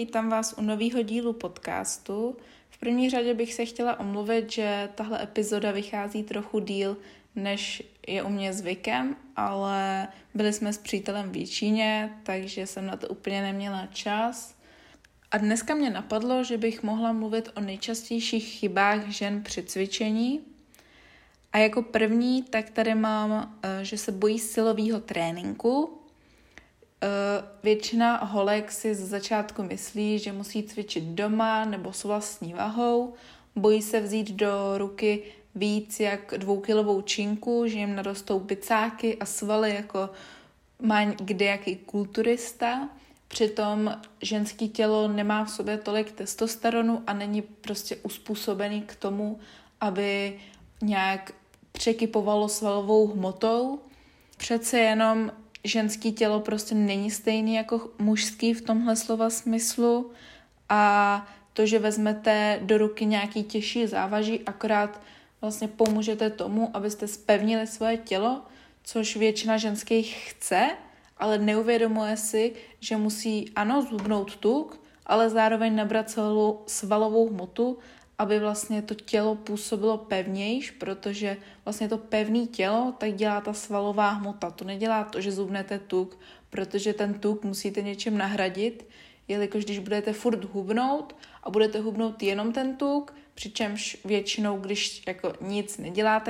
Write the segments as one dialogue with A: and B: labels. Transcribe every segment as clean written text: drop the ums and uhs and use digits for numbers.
A: vítám vás u nového dílu podcastu. V první řadě bych se chtěla omluvit, že tahle epizoda vychází trochu díl, než je u mě zvykem, ale byli jsme s přítelem v Jičíně, takže jsem na to úplně neměla čas. A dneska mě napadlo, že bych mohla mluvit o nejčastějších chybách žen při cvičení. A jako první, tak tady mám, že se bojí silového tréninku. Většina holek si z začátku myslí, že musí cvičit doma nebo s vlastní vahou. Bojí se vzít do ruky víc jak 2kilovou činku, že jim narostou bicáky a svaly, jako má kdejaký kulturista. Přitom ženské tělo nemá v sobě tolik testosteronu a není prostě uspůsobený k tomu, aby nějak překypovalo svalovou hmotou. Přece jenom ženské tělo prostě není stejný jako mužský v tomhle slova smyslu a to, že vezmete do ruky nějaký těžší závaží, akorát vlastně pomůžete tomu, abyste zpevnili svoje tělo, což většina ženských chce, ale neuvědomuje si, že musí ano zhubnout tuk, ale zároveň nabrat celou svalovou hmotu, aby vlastně to tělo působilo pevnějš, protože vlastně to pevné tělo tak dělá ta svalová hmota. To nedělá to, že zhubnete tuk, protože ten tuk musíte něčím nahradit, jelikož když budete furt hubnout a budete hubnout jenom ten tuk, přičemž většinou, když jako nic neděláte,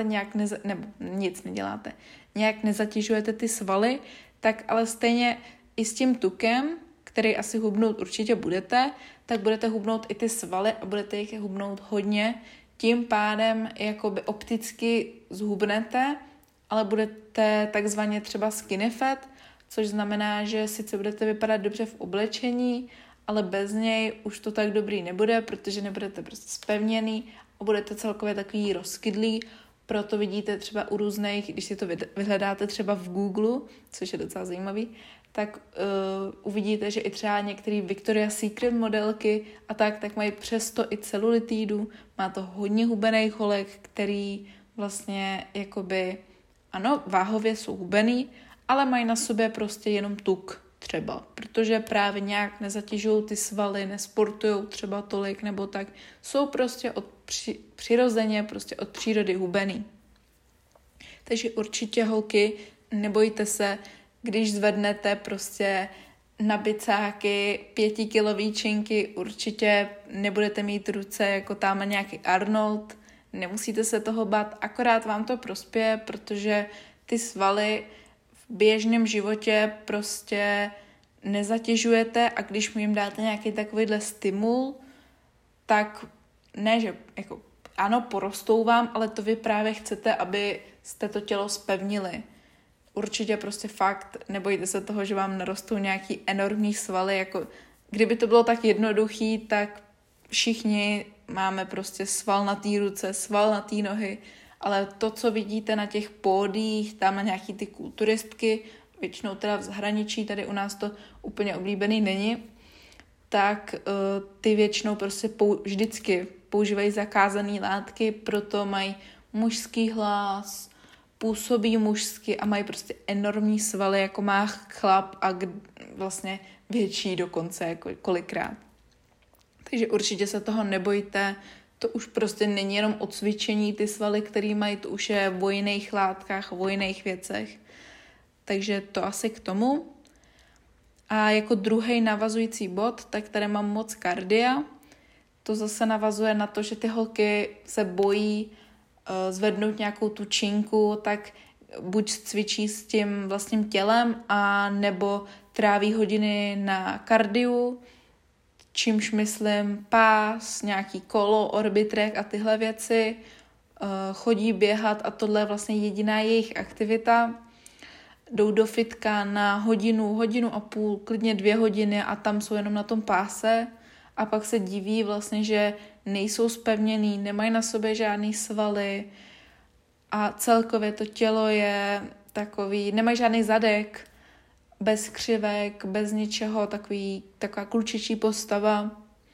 A: nějak nezatěžujete ty svaly, tak ale stejně i s tím tukem, který asi hubnout určitě budete, tak budete hubnout i ty svaly a budete jich hubnout hodně. Tím pádem jakoby opticky zhubnete, ale budete takzvaně třeba skinny fat, což znamená, že sice budete vypadat dobře v oblečení, ale bez něj už to tak dobrý nebude, protože nebudete prostě zpevněný a budete celkově takový rozkydlý. Proto vidíte třeba u různých, když si to vyhledáte třeba v Google, což je docela zajímavý, tak uvidíte, že i třeba některé Victoria's Secret modelky a tak mají přesto i celulitidu. Má to hodně hubených holek, který vlastně jakoby, ano, váhově jsou hubený, ale mají na sobě prostě jenom tuk třeba, protože právě nějak nezatěžují ty svaly, nesportujou třeba tolik nebo tak. Jsou prostě přirozeně prostě od přírody hubený. Takže určitě holky, nebojte se, když zvednete prostě na bicáky 5kilový činky, určitě nebudete mít ruce jako tam nějaký Arnold, nemusíte se toho bát, akorát vám to prospěje, protože ty svaly v běžném životě prostě nezatěžujete a když mu jim dáte nějaký takovýhle stimul, tak ne, že jako ano, porostou vám, ale to vy právě chcete, aby jste to tělo zpevnili. Určitě prostě fakt, nebojte se toho, že vám narostou nějaký enormní svaly, jako kdyby to bylo tak jednoduchý, tak všichni máme prostě sval na té ruce, sval na té nohy, ale to, co vidíte na těch pódiích, tam na nějaký ty kulturistky, většinou teda v zahraničí, tady u nás to úplně oblíbený není, tak ty většinou prostě vždycky používají zakázané látky, proto mají mužský hlas, působí mužsky a mají prostě enormní svaly, jako má chlap a vlastně větší dokonce, jako kolikrát. Takže určitě se toho nebojte, to už prostě není jenom o cvičení, ty svaly, které mají, to už je o jiných látkách, o jiných věcech. Takže to asi k tomu. A jako druhý navazující bod, tak tady mám moc kardia. To zase navazuje na to, že ty holky se bojí zvednout nějakou tu činku, tak buď cvičí s tím vlastním tělem, a nebo tráví hodiny na kardiu, čímž myslím pás, nějaký kolo, orbitrek a tyhle věci, chodí běhat a tohle je vlastně jediná jejich aktivita. Jdou do fitka na hodinu a půl, klidně 2 hodiny a tam jsou jenom na tom páse a pak se diví vlastně, že nejsou zpevněný, nemají na sobě žádný svaly a celkově to tělo je takový, nemají žádný zadek, bez křivek, bez ničeho, taková klučičí postava.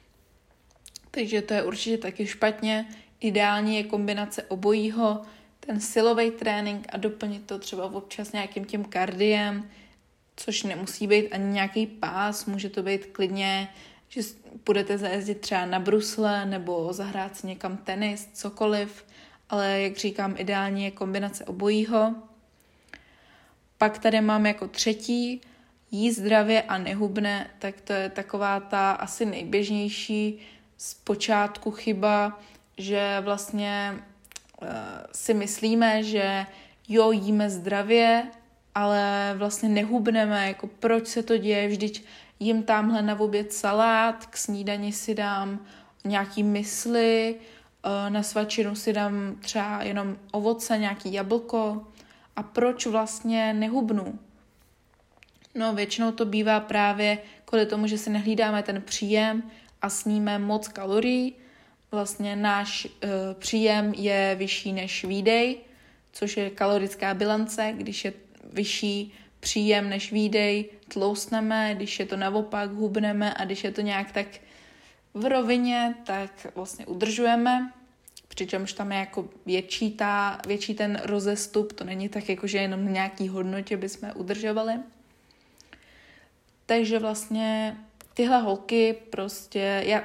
A: Takže to je určitě taky špatně. Ideální je kombinace obojího, ten silový trénink a doplnit to třeba občas nějakým tím kardiem, což nemusí být ani nějaký pás, může to být klidně, že budete zajezdit třeba na brusle nebo zahrát si někam tenis, cokoliv, ale jak říkám, ideální je kombinace obojího. Pak tady mám jako třetí jíst zdravě a nehubne, tak to je taková ta asi nejběžnější z počátku chyba, že vlastně si myslíme, že jo, jíme zdravě, ale vlastně nehubneme, jako proč se to děje, vždyť jím tamhle na oběd salát, k snídani si dám nějaký mysli, na svačinu si dám třeba jenom ovoce, nějaký jablko a proč vlastně nehubnu? No většinou to bývá právě kvůli tomu, že si nehlídáme ten příjem a sníme moc kalorií. Vlastně náš příjem je vyšší než výdej, což je kalorická bilance. Když je vyšší příjem než výdej, tloustneme, když je to naopak, hubneme a když je to nějak tak v rovině, tak vlastně udržujeme. Přičemž tam je jako větší ten rozestup, to není tak jako, že jenom na nějaký hodnotě bychom udržovali. Takže vlastně tyhle holky prostě,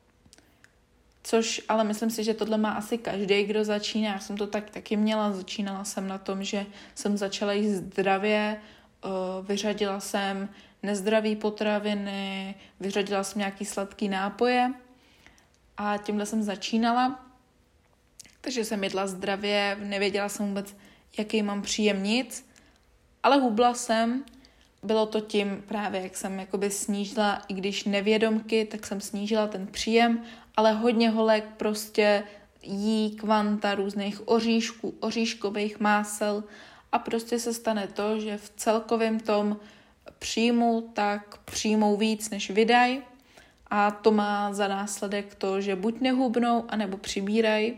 A: což ale myslím si, že tohle má asi každý, kdo začíná. Já jsem to taky měla, začínala jsem na tom, že jsem začala jíst zdravě, vyřadila jsem nezdravé potraviny, vyřadila jsem nějaký sladký nápoje a tímhle jsem začínala. Takže jsem jedla zdravě, nevěděla jsem vůbec, jaký mám příjem, nic, ale hubla jsem. Bylo to tím právě, jak jsem jakoby snížila, i když nevědomky, tak jsem snížila ten příjem, ale hodně holek prostě jí kvanta různých oříšků, oříškových másel a prostě se stane to, že v celkovém tom příjmu tak přijmou víc, než vydají a to má za následek to, že buď nehubnou, anebo přibírají.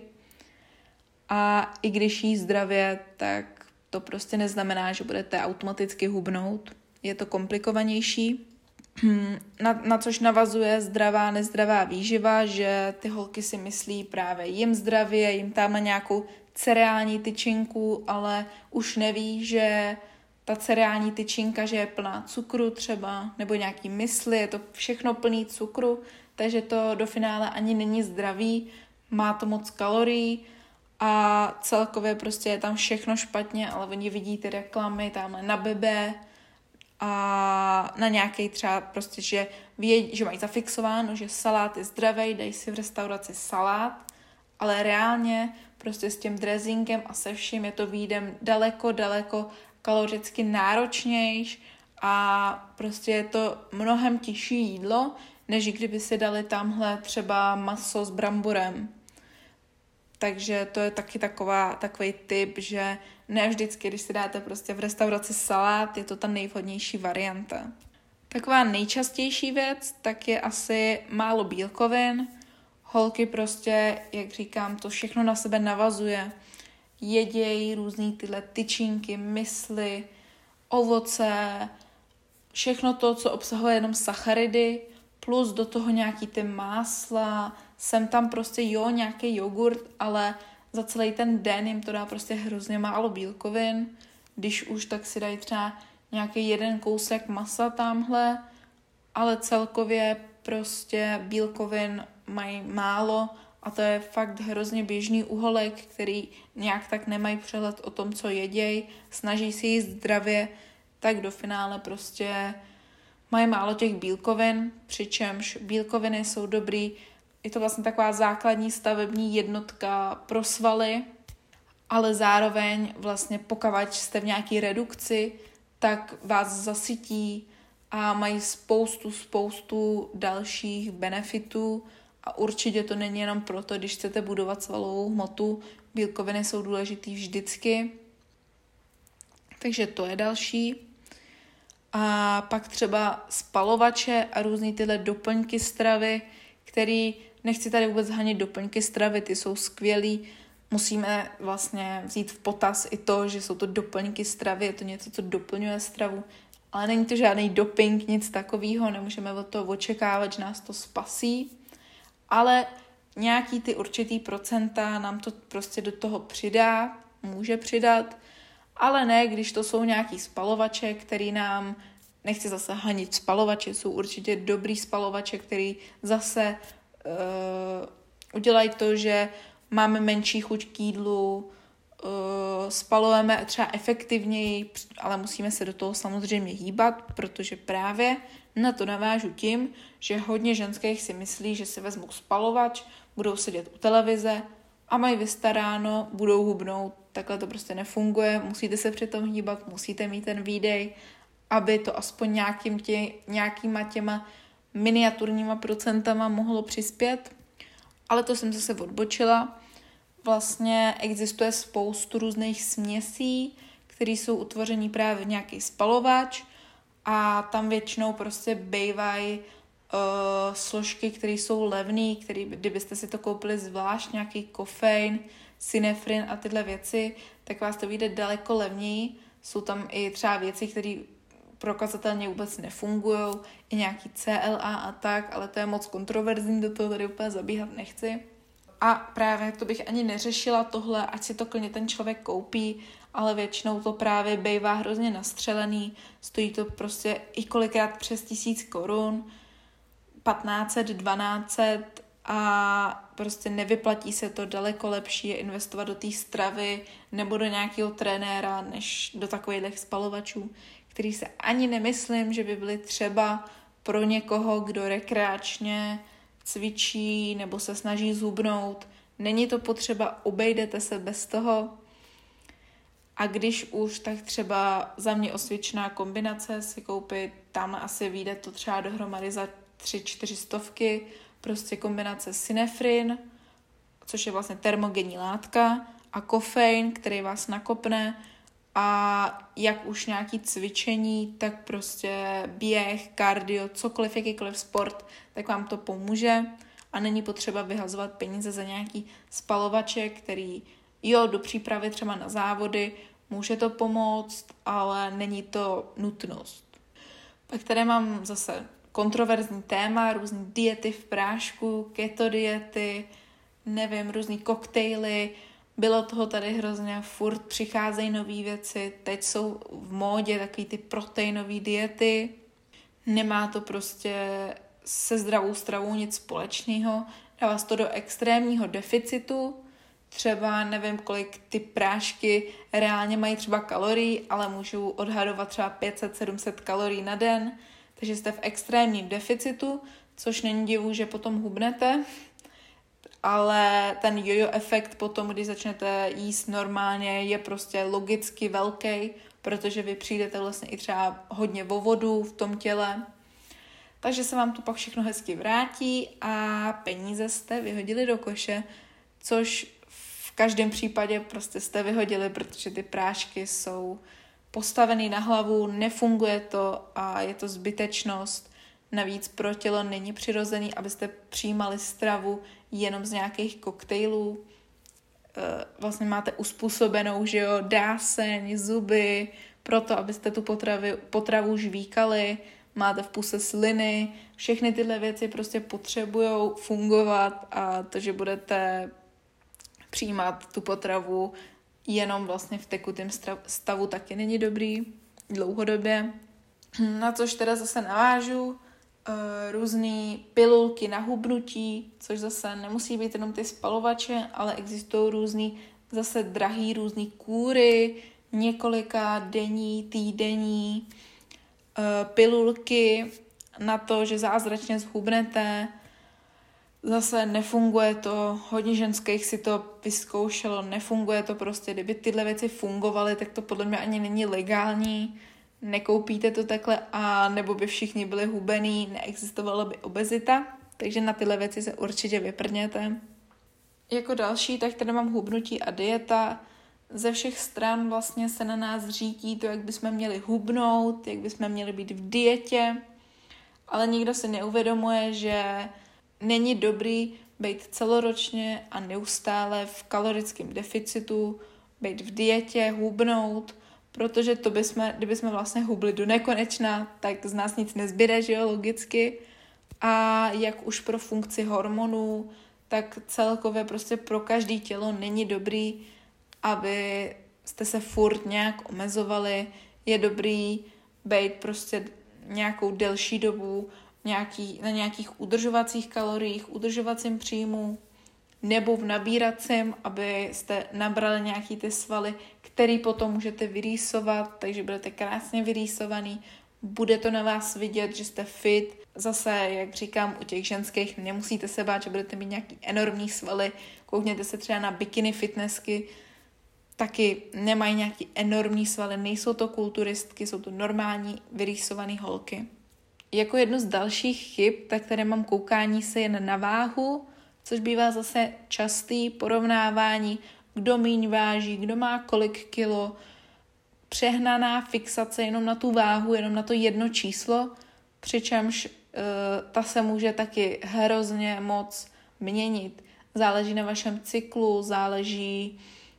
A: A i když jí zdravě, tak to prostě neznamená, že budete automaticky hubnout. Je to komplikovanější. Na což navazuje zdravá, nezdravá výživa, že ty holky si myslí právě jim zdravě, jim tam na nějakou cereální tyčinku, ale už neví, že ta cereální tyčinka, že je plná cukru třeba, nebo nějaký mysli, je to všechno plný cukru, takže to do finále ani není zdravý, má to moc kalorií, a celkově prostě je tam všechno špatně, ale oni vidí ty reklamy tamhle na Bebe a na nějaký třeba prostě, že mají zafixováno, že salát je zdravý, dají si v restauraci salát, ale reálně prostě s tím dressingem a se vším je to výjdem daleko kaloricky náročnější a prostě je to mnohem těžší jídlo, než kdyby si dali tamhle třeba maso s bramborem. Takže to je taky takový tip, že ne vždycky, když si dáte prostě v restauraci salát, je to ta nejvhodnější varianta. Taková nejčastější věc, tak je asi málo bílkovin. Holky prostě, jak říkám, to všechno na sebe navazuje. Jedějí různý tyhle tyčinky, mysli, ovoce, všechno to, co obsahuje jenom sacharidy, plus do toho nějaký ty másla, sem tam prostě nějaký jogurt, ale za celý ten den jim to dá prostě hrozně málo bílkovin. Když už, tak si dají třeba nějaký jeden kousek masa tamhle, ale celkově prostě bílkovin mají málo a to je fakt hrozně běžný u holek, který nějak tak nemají přehled o tom, co jedějí, snaží si jíst zdravě, tak do finále prostě mají málo těch bílkovin, přičemž bílkoviny jsou dobrý. Je to vlastně taková základní stavební jednotka pro svaly, ale zároveň vlastně pokud jste v nějaký redukci, tak vás zasytí a mají spoustu dalších benefitů a určitě to není jenom proto, když chcete budovat svalovou hmotu, bílkoviny jsou důležitý vždycky. Takže to je další. A pak třeba spalovače a různý tyhle doplňky stravy, který nechci tady vůbec hanit doplňky stravy, ty jsou skvělý. Musíme vlastně vzít v potaz i to, že jsou to doplňky stravy, je to něco, co doplňuje stravu, ale není to žádný doping, nic takového, nemůžeme od toho očekávat, že nás to spasí, ale nějaký ty určitý procenta nám to prostě do toho může přidat, ale ne, když to jsou nějaký spalovače, který nám nechci zase hanit spalovače, jsou určitě dobrý spalovače, který zase udělají to, že máme menší chuť k jídlu, spalujeme třeba efektivněji, ale musíme se do toho samozřejmě hýbat, protože právě na to navážu tím, že hodně ženských si myslí, že si vezmou spalovač, budou sedět u televize a mají vystaráno, budou hubnout. Takhle to prostě nefunguje, musíte se přitom hýbat, musíte mít ten výdej, aby to aspoň nějakýma těma miniaturníma procentama mohlo přispět. Ale to jsem zase odbočila. Vlastně existuje spoustu různých směsí, které jsou utvořený právě v nějaký spalovač a tam většinou prostě bývají složky, které jsou levné, kdybyste si to koupili zvlášť, nějaký kofein, synefrin a tyhle věci, tak vás to vyjde daleko levněji. Jsou tam i třeba věci, které prokazatelně vůbec nefungují, i nějaký CLA a tak, ale to je moc kontroverzní, do toho tady úplně zabíhat nechci. A právě to bych ani neřešila tohle, ať si to klidně ten člověk koupí, ale většinou to právě bývá hrozně nastřelený, stojí to prostě i kolikrát přes 1000 korun, 1500, 1200 a prostě nevyplatí se to, daleko lepší je investovat do té stravy nebo do nějakého trenéra, než do takových spalovačů, který se ani nemyslím, že by byly třeba pro někoho, kdo rekreačně cvičí nebo se snaží zhubnout. Není to potřeba, obejdete se bez toho. A když už, tak třeba za mě osvědčená kombinace si koupit, tam asi vyjde to třeba dohromady za 300-400, prostě kombinace synefrin, což je vlastně termogenní látka, a kofein, který vás nakopne, a jak už nějaký cvičení, tak prostě běh, kardio, cokoliv, jakýkoliv sport, tak vám to pomůže a není potřeba vyhazovat peníze za nějaký spalovače, který do přípravy třeba na závody může to pomoct, ale není to nutnost. Pak tady mám zase kontroverzní téma, různé diety v prášku, keto diety, různý koktejly. Bylo toho tady hrozně, furt přicházejí nové věci, teď jsou v módě takový ty proteinové diety, nemá to prostě se zdravou stravou nic společného, dává to do extrémního deficitu, třeba nevím, kolik ty prášky reálně mají třeba kalorií, ale můžou odhadovat třeba 500-700 kalorií na den, takže jste v extrémním deficitu, což není divu, že potom hubnete, ale ten jojo efekt potom, když začnete jíst normálně, je prostě logicky velký, protože vy přijdete vlastně i třeba hodně o vodu v tom těle. Takže se vám to pak všechno hezky vrátí a peníze jste vyhodili do koše, což v každém případě prostě jste vyhodili, protože ty prášky jsou postavený na hlavu, nefunguje to a je to zbytečnost. Navíc pro tělo není přirozený, abyste přijímali stravu jenom z nějakých koktejlů. Vlastně máte uspůsobenou, dáseň, zuby, proto abyste tu potravu žvíkali, máte v puse sliny, všechny tyhle věci prostě potřebujou fungovat a to, že budete přijímat tu potravu jenom vlastně v tekutém stavu, taky není dobrý dlouhodobě. Na což teda zase navážu, různý pilulky na hubnutí, což zase nemusí být jenom ty spalovače, ale existují různý zase drahý různý kůry, několika denní, týdenní pilulky na to, že zázračně zhubnete. Zase nefunguje to, hodně ženských si to vyzkoušelo, nefunguje to prostě, kdyby tyhle věci fungovaly, tak to podle mě ani není legální, nekoupíte to takhle a nebo by všichni byli hubený, neexistovala by obezita, takže na tyhle věci se určitě vyprdněte. Jako další, tak tady mám hubnutí a dieta. Ze všech stran vlastně se na nás řítí to, jak bychom měli hubnout, jak bychom měli být v dietě, ale nikdo si neuvědomuje, že není dobrý být celoročně a neustále v kalorickém deficitu, být v dietě, hubnout, protože to kdybychom vlastně hubli do nekonečna, tak z nás nic nezbyde, logicky. A jak už pro funkci hormonů, tak celkově prostě pro každé tělo není dobrý, aby jste se furt nějak omezovali. Je dobrý být prostě nějakou delší dobu na nějakých udržovacích kaloriích, udržovacím příjmu, nebo v nabíracím, abyste nabrali nějaký ty svaly, který potom můžete vyrýsovat, takže budete krásně vyrýsovaný, bude to na vás vidět, že jste fit. Zase, jak říkám, u těch ženských nemusíte se bát, že budete mít nějaký enormní svaly, koukněte se třeba na bikini fitnessky, taky nemají nějaký enormní svaly, nejsou to kulturistky, jsou to normální vyrýsované holky. Jako jedno z dalších chyb, tak tady mám koukání se jen na váhu, což bývá zase častý porovnávání, kdo míň váží, kdo má kolik kilo, přehnaná fixace jenom na tu váhu, jenom na to jedno číslo, přičemž ta se může taky hrozně moc měnit. Záleží na vašem cyklu, záleží,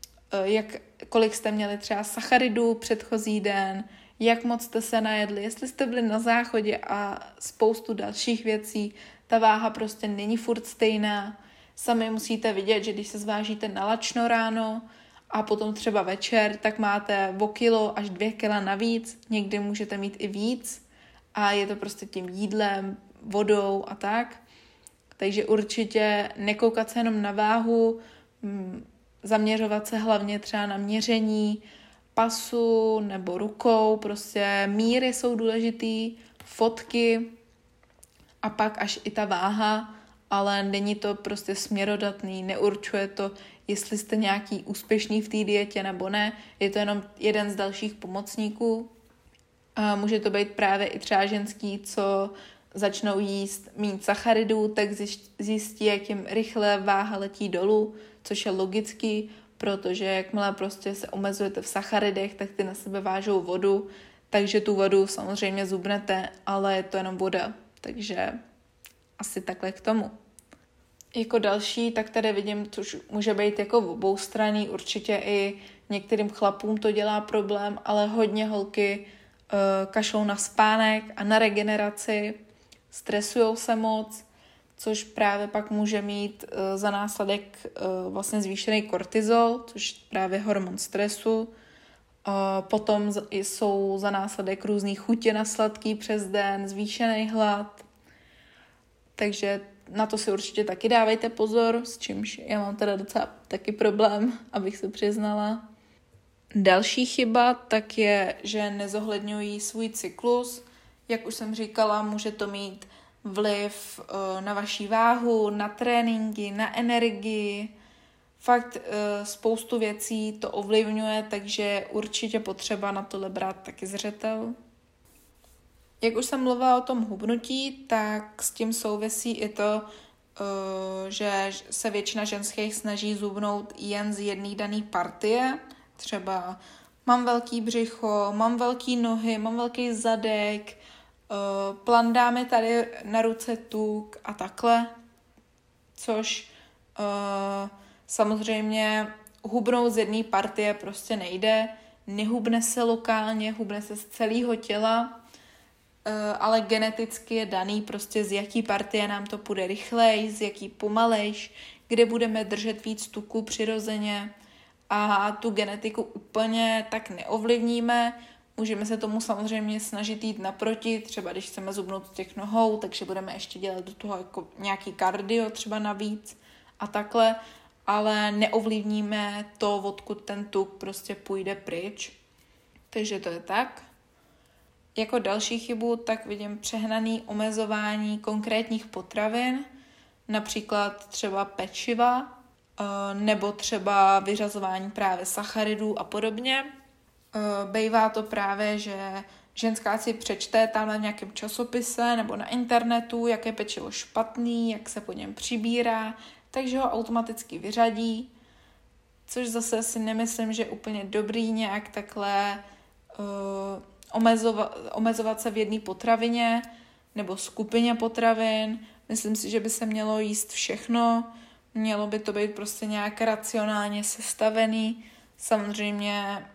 A: kolik jste měli třeba sacharidů předchozí den, jak moc jste se najedli, jestli jste byli na záchodě a spoustu dalších věcí. Ta váha prostě není furt stejná. Sami musíte vidět, že když se zvážíte na lačno ráno a potom třeba večer, tak máte o kilo až 2 kila navíc. Někdy můžete mít i víc a je to prostě tím jídlem, vodou a tak. Takže určitě nekoukat se jenom na váhu, zaměřovat se hlavně třeba na měření pasu nebo rukou, prostě míry jsou důležitý, fotky a pak až i ta váha, ale není to prostě směrodatný, neurčuje to, jestli jste nějaký úspěšný v té dietě nebo ne, je to jenom jeden z dalších pomocníků. A může to být právě i třeba ženský, co začnou jíst méně sacharidů, tak zjistí, jak jim rychle váha letí dolů, což je logický, protože jakmile prostě se omezujete v sacharidech, tak ty na sebe vážou vodu, takže tu vodu samozřejmě zubnete, ale je to jenom voda, takže asi takhle k tomu. Jako další, tak tady vidím, což může být jako oboustranný, určitě i některým chlapům to dělá problém, ale hodně holky kašlou na spánek a na regeneraci, stresujou se moc, což právě pak může mít za následek vlastně zvýšený kortizol, což je právě hormon stresu. Potom jsou za následek různý chutě na sladký přes den, zvýšený hlad. Takže na to si určitě taky dávejte pozor, s čímž já mám teda docela taky problém, abych se přiznala. Další chyba tak je, že nezohledňují svůj cyklus. Jak už jsem říkala, může to mít vliv na vaši váhu, na tréninky, na energii. Fakt spoustu věcí to ovlivňuje, takže je určitě potřeba na tohle brát taky zřetel. Jak už jsem mluvila o tom hubnutí, tak s tím souvisí i to, že se většina ženských snaží zhubnout jen z jedné dané partie. Třeba mám velký břicho, mám velký nohy, mám velký zadek, plandáme tady na ruce tuk a takhle, což samozřejmě hubnout z jedné partie prostě nejde, nehubne se lokálně, hubne se z celého těla, ale geneticky je daný prostě z jaký partie nám to půjde rychlej, z jaký pomalejš, kde budeme držet víc tuku přirozeně a tu genetiku úplně tak neovlivníme. Můžeme se tomu samozřejmě snažit jít naproti, třeba když chceme zubnout těch nohou, takže budeme ještě dělat do toho jako nějaký kardio třeba navíc a takhle, ale neovlivníme to, odkud ten tuk prostě půjde pryč. Takže to je tak. Jako další chybu tak vidím přehnaný omezování konkrétních potravin, například třeba pečiva, nebo třeba vyřazování právě sacharidů a podobně. Bejvá to právě, že ženská si přečte tamhle v nějakém časopise nebo na internetu, jak je pečivo špatný, jak se po něm přibírá, takže ho automaticky vyřadí, což zase si nemyslím, že je úplně dobrý nějak takhle omezovat se v jedné potravině nebo skupině potravin. Myslím si, že by se mělo jíst všechno, mělo by to být prostě nějak racionálně sestavený. Samozřejmě,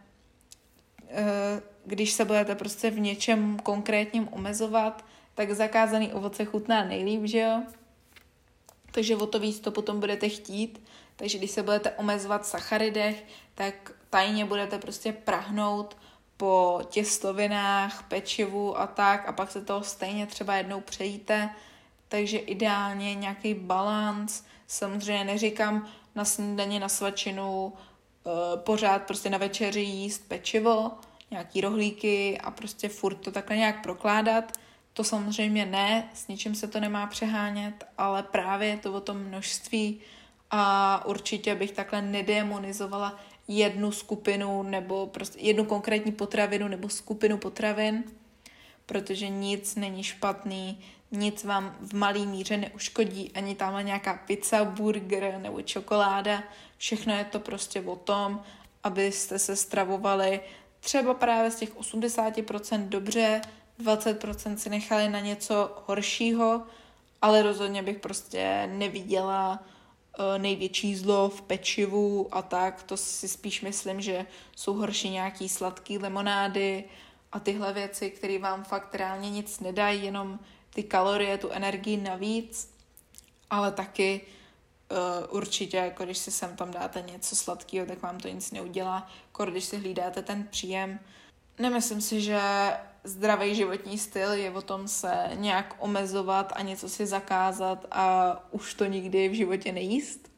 A: když se budete prostě v něčem konkrétním omezovat, tak zakázaný ovoce chutná nejlíp, že jo? Takže o to víc to potom budete chtít. Takže když se budete omezovat v sacharidech, tak tajně budete prostě prahnout po těstovinách, pečivu a tak a pak se toho stejně třeba jednou přejíte, takže ideálně nějaký balanc. Samozřejmě neříkám na snídani, na svačinu, pořád prostě na večeři jíst pečivo, nějaký rohlíky a prostě furt to takhle nějak prokládat. To samozřejmě ne, s ničím se to nemá přehánět, ale právě je to o tom množství a určitě bych takhle nedemonizovala jednu skupinu nebo prostě jednu konkrétní potravinu nebo skupinu potravin, protože nic není špatný, nic vám v malý míře neuškodí, ani tamhle nějaká pizza, burger nebo čokoláda. Všechno je to prostě o tom, abyste se stravovali třeba právě z těch 80% dobře, 20% si nechali na něco horšího, ale rozhodně bych prostě neviděla největší zlo v pečivu a tak. To si spíš myslím, že jsou horší nějaký sladký limonády a tyhle věci, které vám fakt reálně nic nedají, jenom ty kalorie, tu energii navíc, ale taky určitě, jako když si sem tam dáte něco sladkého, tak vám to nic neudělá, jako když si hlídáte ten příjem. Nemyslím si, že zdravý životní styl je o tom se nějak omezovat a něco si zakázat a už to nikdy v životě nejíst.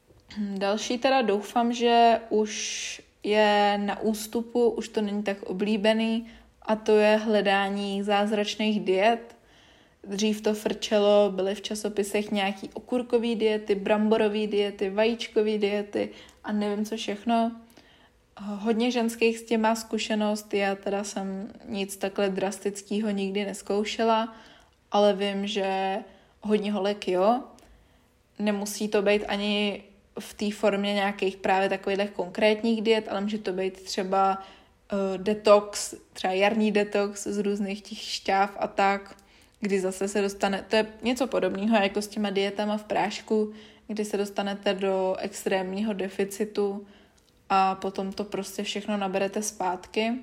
A: Další teda doufám, že už je na ústupu, už to není tak oblíbený a to je hledání zázračných diet. Dřív to frčelo, byly v časopisech nějaký okurkový diety, bramborový diety, vajíčkový diety a nevím co všechno. Hodně ženských s tím má zkušenost, já teda jsem nic takhle drastického nikdy neskoušela, ale vím, že hodně holek jo. Nemusí to být ani v té formě nějakých právě takových konkrétních diet, ale může to být třeba detox, třeba jarní detox z různých těch šťáv a tak, kdy zase se dostane, to je něco podobného jako s těma dietama v prášku, kdy se dostanete do extrémního deficitu a potom to prostě všechno naberete zpátky.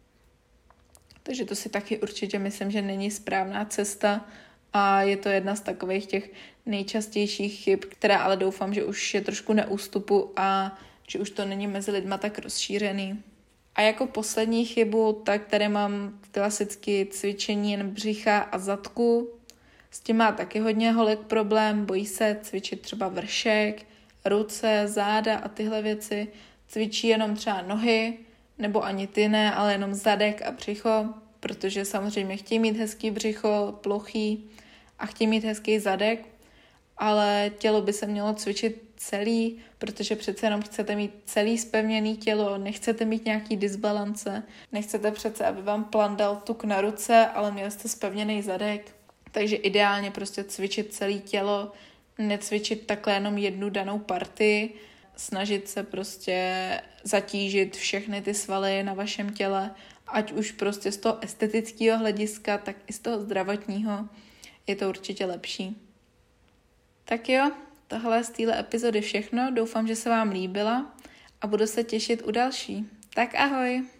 A: Takže to si taky určitě myslím, že není správná cesta a je to jedna z takových těch nejčastějších chyb, která ale doufám, že už je trošku na ústupu a že už to není mezi lidma tak rozšířený. A jako poslední chybu, tak tady mám klasicky cvičení jen břicha a zadku. S tím má taky hodně holek problém, bojí se cvičit třeba vršek, ruce, záda a tyhle věci. Cvičí jenom třeba nohy, nebo ani ty ne, ale jenom zadek a břicho, protože samozřejmě chtějí mít hezký břicho, plochý a chtějí mít hezký zadek, ale tělo by se mělo cvičit celý, protože přece jenom chcete mít celý zpevněný tělo, nechcete mít nějaký disbalance, nechcete přece, aby vám plandal tuk na ruce, ale měli jste zpevněný zadek, takže ideálně prostě cvičit celé tělo, necvičit takhle jenom jednu danou partii, snažit se prostě zatížit všechny ty svaly na vašem těle, ať už prostě z toho estetického hlediska, tak i z toho zdravotního je to určitě lepší. Tak jo, tohle z téhle epizody všechno, doufám, že se vám líbila a budu se těšit u další. Tak ahoj!